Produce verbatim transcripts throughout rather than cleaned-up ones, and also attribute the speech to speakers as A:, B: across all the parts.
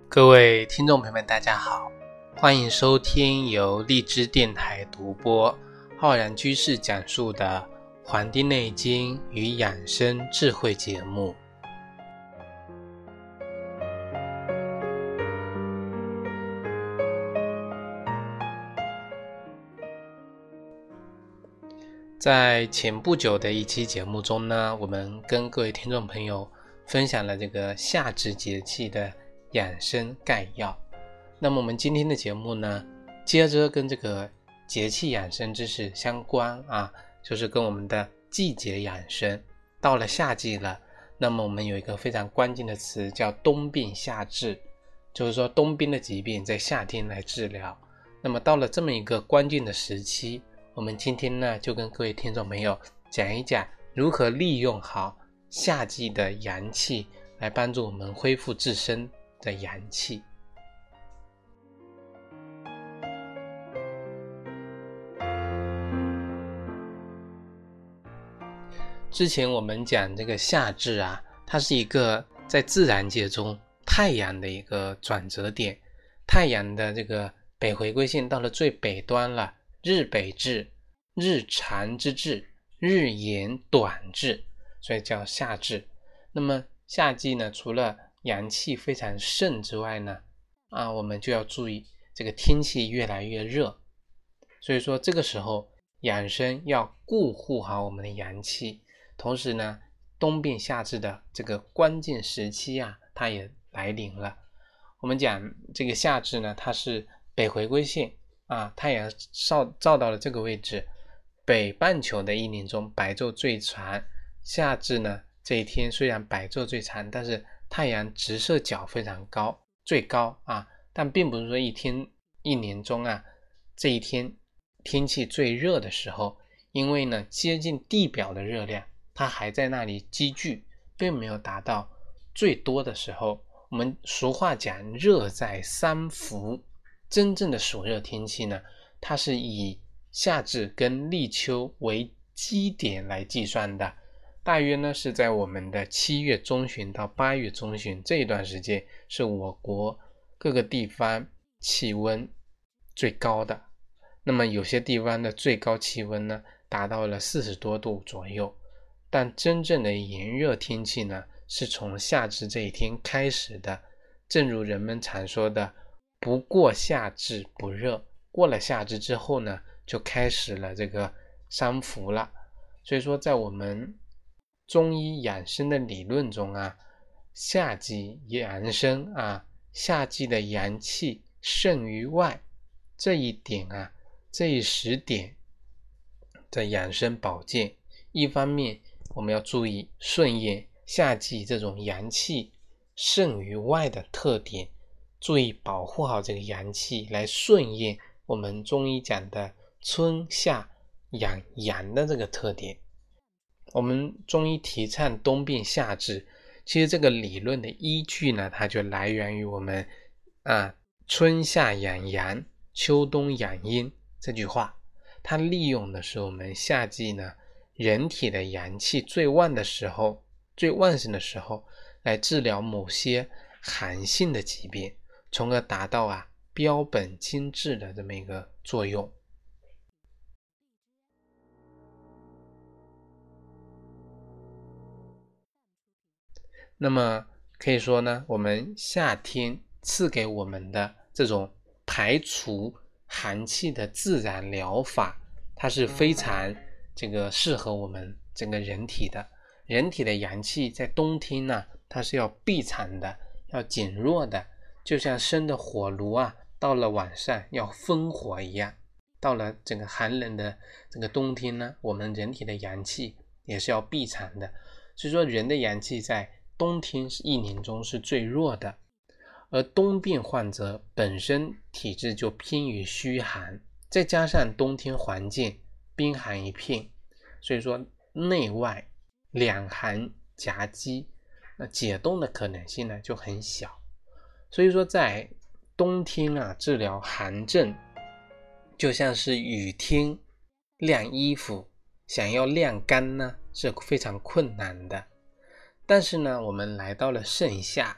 A: 各位听众朋友们大家好，欢迎收听由荔枝电台独播浩然居士讲述的《黄帝内经与养生智慧》节目。在前不久的一期节目中呢，我们跟各位听众朋友分享了这个夏至节气的养生概要。那么我们今天的节目呢，接着跟这个节气养生知识相关啊，就是跟我们的季节养生。到了夏季了，那么我们有一个非常关键的词叫冬病夏治，就是说冬病的疾病在夏天来治疗。那么到了这么一个关键的时期，我们今天呢就跟各位听众朋友讲一讲如何利用好夏季的阳气来帮助我们恢复自身的阳气。之前我们讲这个夏至啊，它是一个在自然界中太阳的一个转折点，太阳的这个北回归线到了最北端了，日北至，日长之至，日延短至，所以叫夏至。那么夏季呢，除了阳气非常盛之外呢，啊，我们就要注意这个天气越来越热，所以说这个时候养生要顾护好我们的阳气，同时呢，冬病夏治的这个关键时期啊，它也来临了。我们讲这个夏至呢，它是北回归线啊，太阳照照到了这个位置，北半球的一年中白昼最长，夏至呢这一天虽然白昼最长，但是太阳直射角非常高，最高啊，但并不是说一天一年中啊这一天天气最热的时候，因为呢接近地表的热量它还在那里积聚，并没有达到最多的时候。我们俗话讲热在三伏，真正的暑热天气呢，它是以夏至跟立秋为基点来计算的，大约呢是在我们的七月中旬到八月中旬这一段时间，是我国各个地方气温最高的。那么有些地方的最高气温呢达到了四十多度左右，但真正的炎热天气呢是从夏至这一天开始的。正如人们常说的，不过夏至不热，过了夏至之后呢就开始了这个三伏了。所以说在我们中医养生的理论中啊，夏季养生啊，夏季的阳气盛于外，这一点啊，这一时点的养生保健，一方面我们要注意顺应夏季这种阳气盛于外的特点，注意保护好这个阳气，来顺应我们中医讲的春夏养阳的这个特点。我们中医提倡冬病夏治，其实这个理论的依据呢，它就来源于我们啊春夏养阳，秋冬养阴这句话。它利用的是我们夏季呢人体的阳气最旺的时候，最旺盛的时候，来治疗某些寒性的疾病，从而达到啊标本兼治的这么一个作用。那么可以说呢，我们夏天赐给我们的这种排除寒气的自然疗法，它是非常这个适合我们整个人体的。人体的阳气在冬天呢，它是要闭藏的，要减弱的，就像生的火炉啊，到了晚上要分火一样。到了整个寒冷的这个冬天呢，我们人体的阳气也是要闭藏的。所以说人的阳气在冬天是一年中是最弱的，而冬病患者本身体质就偏于虚寒，再加上冬天环境冰寒一片，所以说内外两寒夹击，那解冻的可能性呢就很小。所以说在冬天啊治疗寒症，就像是雨天晾衣服，想要晾干呢是非常困难的。但是呢我们来到了盛夏，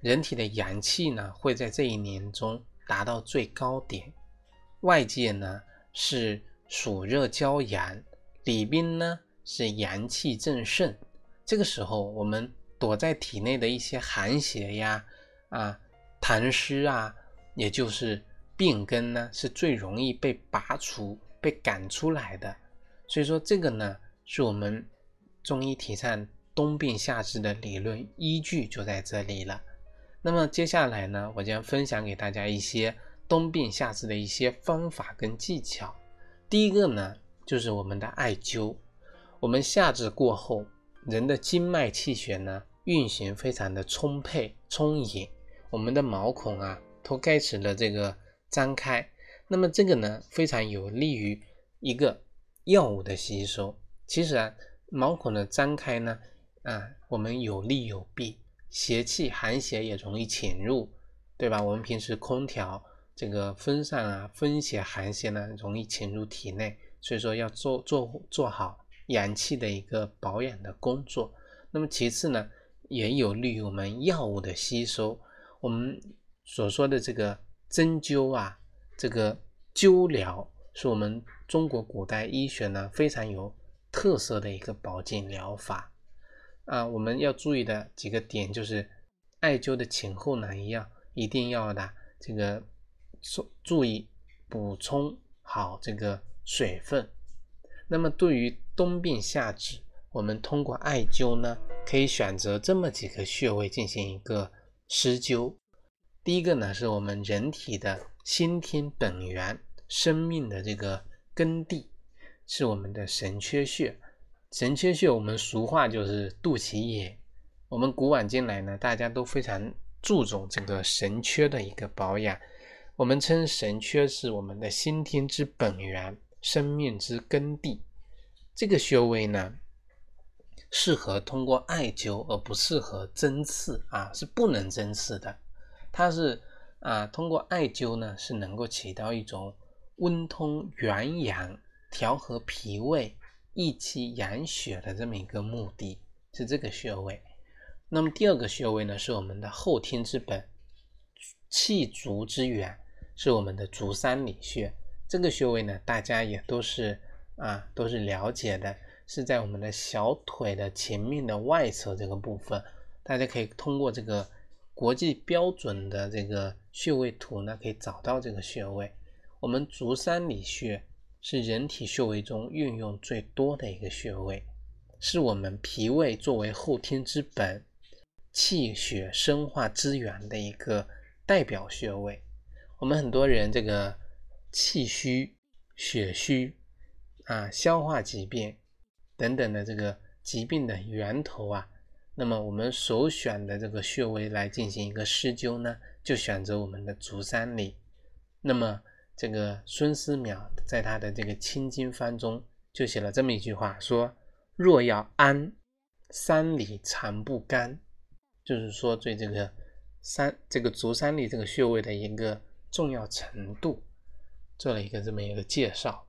A: 人体的阳气呢会在这一年中达到最高点，外界呢是暑热骄阳，里边呢是阳气正盛。这个时候我们躲在体内的一些寒邪呀啊痰湿啊，也就是病根呢，是最容易被拔除被赶出来的。所以说这个呢是我们中医提倡冬病夏治的理论依据就在这里了。那么接下来呢，我将分享给大家一些冬病夏治的一些方法跟技巧。第一个呢就是我们的艾灸。我们夏至过后，人的经脉气血呢运行非常的充沛充盈，我们的毛孔啊都开始了这个张开，那么这个呢非常有利于一个药物的吸收。其实啊毛孔的张开呢啊我们有利有弊，邪气寒邪也容易侵入，对吧？我们平时空调这个风扇啊风邪寒邪呢容易侵入体内，所以说要做做做好阳气的一个保养的工作。那么其次呢也有利于我们药物的吸收。我们所说的这个针灸啊，这个灸疗是我们中国古代医学呢非常有特色的一个保健疗法啊。我们要注意的几个点就是艾灸的前后呢一样，一定要的这个注意补充好这个水分。那么对于冬病夏治，我们通过艾灸呢可以选择这么几个穴位进行一个施灸。第一个呢是我们人体的先天本源，生命的这个根蒂，是我们的神阙穴。神阙穴我们俗话就是肚脐眼，我们古往今来呢大家都非常注重这个神阙的一个保养。我们称神阙是我们的先天之本源，生命之根蒂。这个穴位呢适合通过艾灸，而不适合针刺啊，是不能针刺的。它是啊，通过艾灸呢是能够起到一种温通元阳、调和脾胃、益气养血的这么一个目的，是这个穴位。那么第二个穴位呢是我们的后天之本，气足之源，是我们的足三里穴。这个穴位呢大家也都是啊都是了解的，是在我们的小腿的前面的外侧这个部分。大家可以通过这个国际标准的这个穴位图呢可以找到这个穴位。我们足三里穴是人体穴位中运用最多的一个穴位，是我们脾胃作为后天之本、气血生化之源的一个代表穴位。我们很多人这个气虚、血虚啊、消化疾病等等的这个疾病的源头啊，那么我们首选的这个穴位来进行一个施灸呢，就选择我们的足三里。那么这个孙思邈在他的这个清经方中就写了这么一句话，说若要安，三里常不干，就是说对这个三这个足三里这个穴位的一个重要程度做了一个这么一个介绍。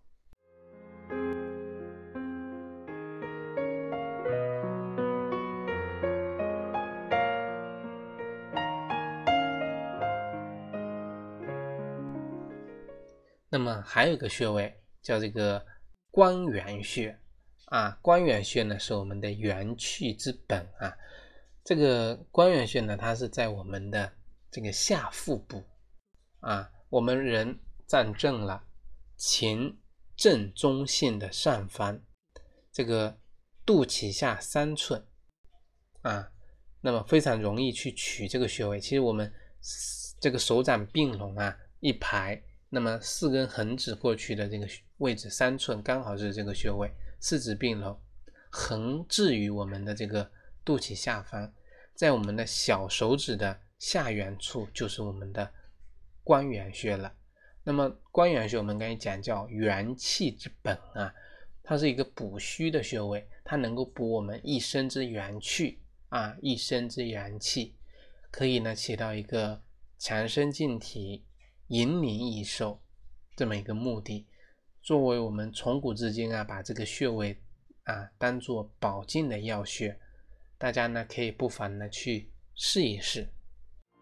A: 那么还有一个穴位叫这个关元穴啊，关元穴呢是我们的元气之本啊。这个关元穴呢，它是在我们的这个下腹部啊，我们人站正了，前正中线的上方，这个肚脐下三寸啊，那么非常容易去取这个穴位。其实我们这个手掌并拢啊，一排。那么四根横指过去的这个位置三寸刚好是这个穴位，四指并拢，横置于我们的这个肚脐下方，在我们的小手指的下缘处就是我们的关元穴了。那么关元穴我们刚才讲叫元气之本啊，它是一个补虚的穴位，它能够补我们一身之元气啊，一身之元气，可以呢起到一个强身健体、延年益寿这么一个目的。作为我们从古至今啊把这个穴位啊当做保健的药穴，大家呢可以不妨呢去试一试。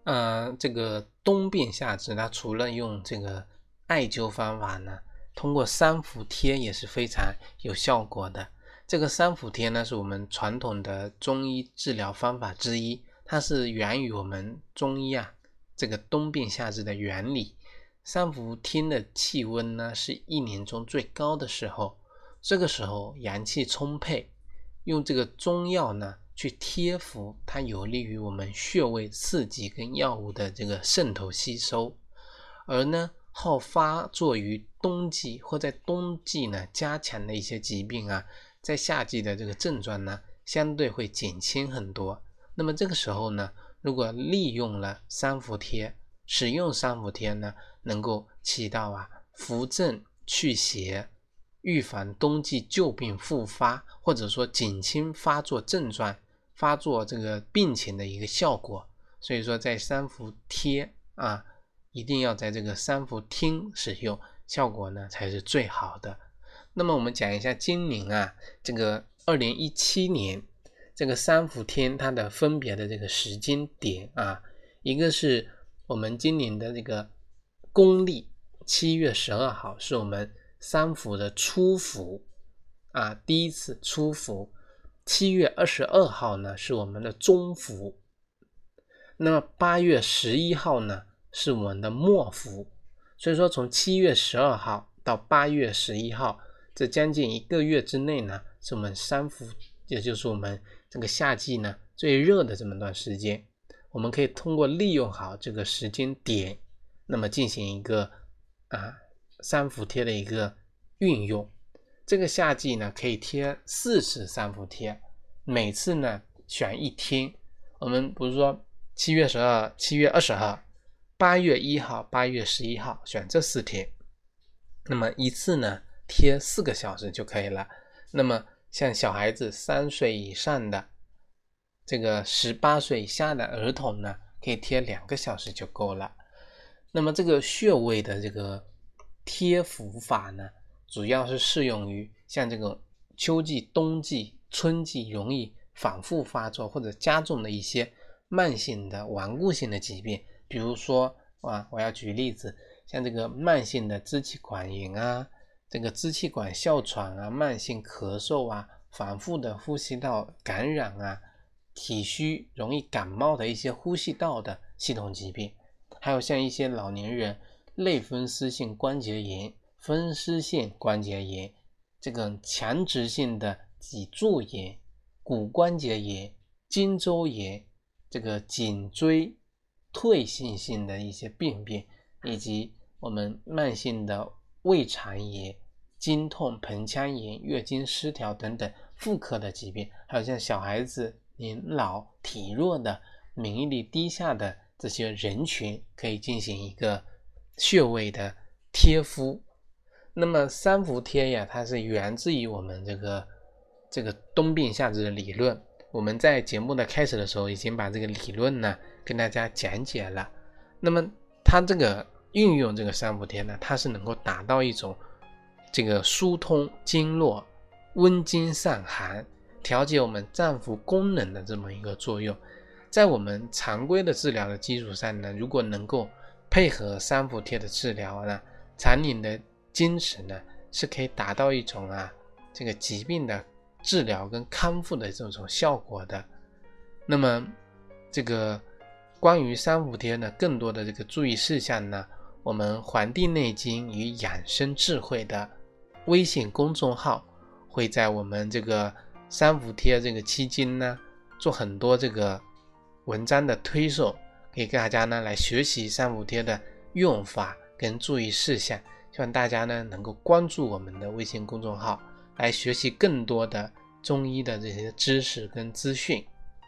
A: 呃，这个冬病夏治，它除了用这个艾灸方法呢，通过三伏贴也是非常有效果的。这个三伏贴呢，是我们传统的中医治疗方法之一，它是源于我们中医啊这个冬病夏治的原理。三伏天的气温呢是一年中最高的时候，这个时候阳气充沛，用这个中药呢去贴服，它有利于我们穴位刺激跟药物的这个渗透吸收。而呢好发作于冬季或在冬季呢加强的一些疾病啊，在夏季的这个症状呢相对会减轻很多。那么这个时候呢，如果利用了三伏贴，使用三伏贴呢，能够起到啊扶正祛邪，预防冬季旧病复发，或者说减轻发作症状、发作这个病情的一个效果。所以说在三伏贴啊，一定要在这个三伏厅使用，效果呢才是最好的。那么我们讲一下今年啊，这个二零一七年这个三伏天它的分别的这个时间点啊，一个是我们今年的这个公历七月十二号是我们三伏的初伏啊，第一次初伏。七月二十二号呢是我们的中伏，那么八月十一号呢是我们的末伏。所以说从七月十二号到八月十一号，这将近一个月之内呢，是我们三伏，也就是我们这个夏季呢最热的这么段时间。我们可以通过利用好这个时间点，那么进行一个啊三伏贴的一个运用。这个夏季呢可以贴四次三伏贴，每次呢选一天。我们比如说七月十二、七月二十号、八月一号、八月十一号选这四天，那么一次呢贴四个小时就可以了。那么像小孩子三岁以上的，这个十八岁以下的儿童呢，可以贴两个小时就够了。那么这个穴位的这个贴服法呢，主要是适用于像这个秋季、冬季、春季容易反复发作或者加重的一些慢性的顽固性的疾病。比如说啊，我要举例子，像这个慢性的支气管炎啊，这个支气管哮喘啊，慢性咳嗽啊，反复的呼吸道感染啊，体虚容易感冒的一些呼吸道的系统疾病，还有像一些老年人类风湿性关节炎、风湿性关节炎，这个强直性的脊柱炎、骨关节炎、筋周炎，这个颈椎退行性的一些病变，以及我们慢性的胃肠炎、经痛、盆腔炎、月经失调等等妇科的疾病，还有像小孩子、年老、体弱的、免疫力低下的这些人群，可以进行一个穴位的贴敷。那么三伏贴呀，它是源自于我们这个这个冬病夏治的理论。我们在节目的开始的时候已经把这个理论呢跟大家讲解了。那么它这个运用这个三伏贴呢，它是能够达到一种这个疏通经络、温经散寒、调节我们脏腑功能的这么一个作用。在我们常规的治疗的基础上呢，如果能够配合三伏贴的治疗呢，常年的坚持呢，是可以达到一种啊这个疾病的治疗跟康复的这种效果的。那么这个关于三伏贴呢，更多的这个注意事项呢，我们《黄帝内经与养生智慧》的微信公众号会在我们这个三伏贴这个期间呢，做很多这个文章的推送，给大家呢来学习三伏贴的用法跟注意事项。希望大家呢能够关注我们的微信公众号，来学习更多的中医的这些知识跟资讯。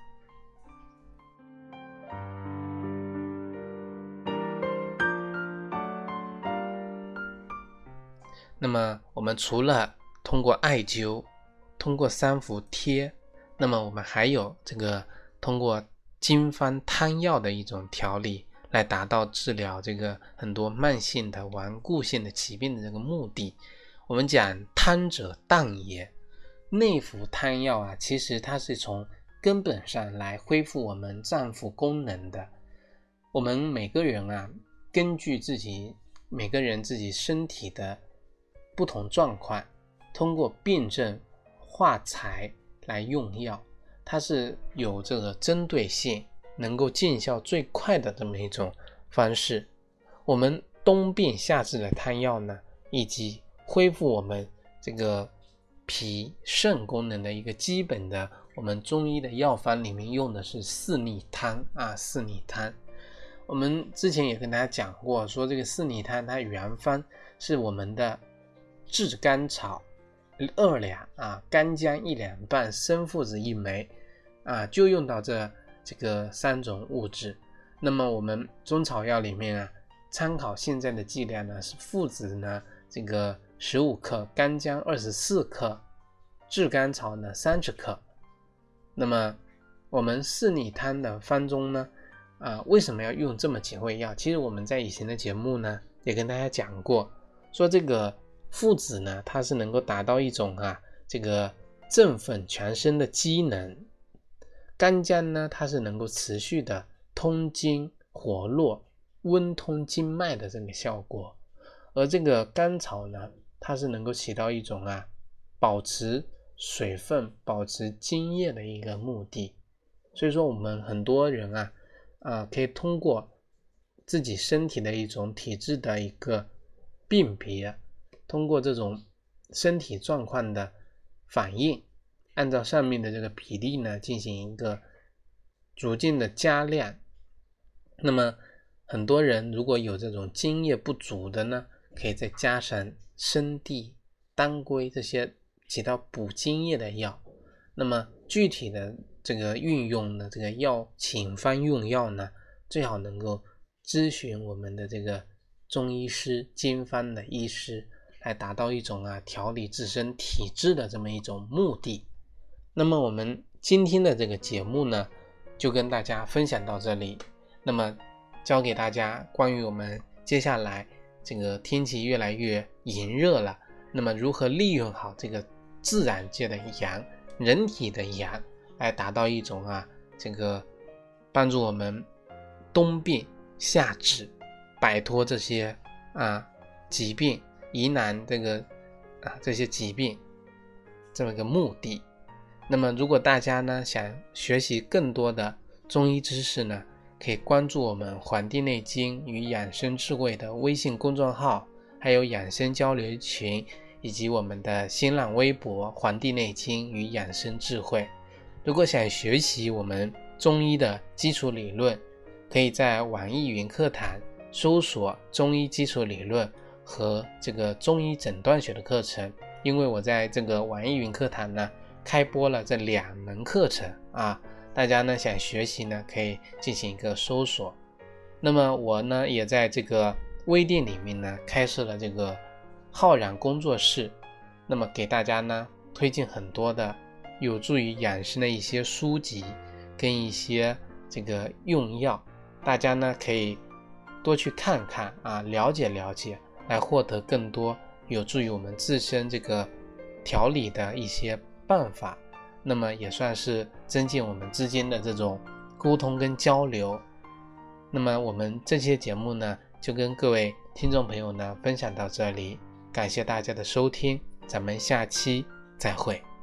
A: 那么我们除了通过艾灸，通过三伏贴，那么我们还有这个通过经方汤药的一种调理，来达到治疗这个很多慢性的顽固性的疾病的这个目的。我们讲汤者荡也，内服汤药啊，其实它是从根本上来恢复我们脏腑功能的。 我们每个人啊，根据自己每个人自己身体的不同状况，通过辩证化裁来用药，它是有这个针对性，能够见效最快的这么一种方式。我们冬病夏治的汤药呢，以及恢复我们这个脾肾功能的一个基本的，我们中医的药方里面用的是四逆汤啊，四逆汤。我们之前也跟大家讲过，说这个四逆汤它原方是我们的炙甘草二两啊，干姜一两半，生附子一枚啊，就用到这这个三种物质。那么我们中草药里面啊，参考现在的剂量呢，是附子呢这个十五克，干姜二十四克，炙甘草呢三十克。那么我们四逆汤的方中呢，啊，为什么要用这么几味药？其实我们在以前的节目呢也跟大家讲过，说这个附子呢，它是能够达到一种啊这个振奋全身的机能，干姜呢，它是能够持续的通经活络、温通经脉的这个效果，而这个甘草呢，它是能够起到一种啊保持水分、保持津液的一个目的。所以说我们很多人啊啊可以通过自己身体的一种体质的一个辨别，通过这种身体状况的反应，按照上面的这个比例呢进行一个逐渐的加量。那么很多人如果有这种津液不足的呢，可以再加上生地、当归这些起到补津液的药。那么具体的这个运用的这个药请方用药呢，最好能够咨询我们的这个中医师、经方的医师，来达到一种啊调理自身体质的这么一种目的。那么我们今天的这个节目呢，就跟大家分享到这里。那么教给大家关于我们接下来这个天气越来越炎热了，那么如何利用好这个自然界的阳，人体的阳，来达到一种啊这个帮助我们冬病夏治，摆脱这些啊疾病、疑难这个啊这些疾病这么一个目的。那么如果大家呢想学习更多的中医知识呢，可以关注我们黄帝内经与养生智慧的微信公众号，还有养生交流群，以及我们的新浪微博黄帝内经与养生智慧。如果想学习我们中医的基础理论，可以在网易云课堂搜索中医基础理论和这个中医诊断学的课程。因为我在这个网易云课堂呢开播了这两门课程啊，大家呢想学习呢可以进行一个搜索。那么我呢也在这个微店里面呢开设了这个浩然工作室，那么给大家呢推荐很多的有助于养生的一些书籍跟一些这个用药，大家呢可以多去看看啊，了解了解，来获得更多有助于我们自身这个调理的一些办法，那么也算是增进我们之间的这种沟通跟交流。那么我们这期节目呢就跟各位听众朋友呢分享到这里，感谢大家的收听，咱们下期再会。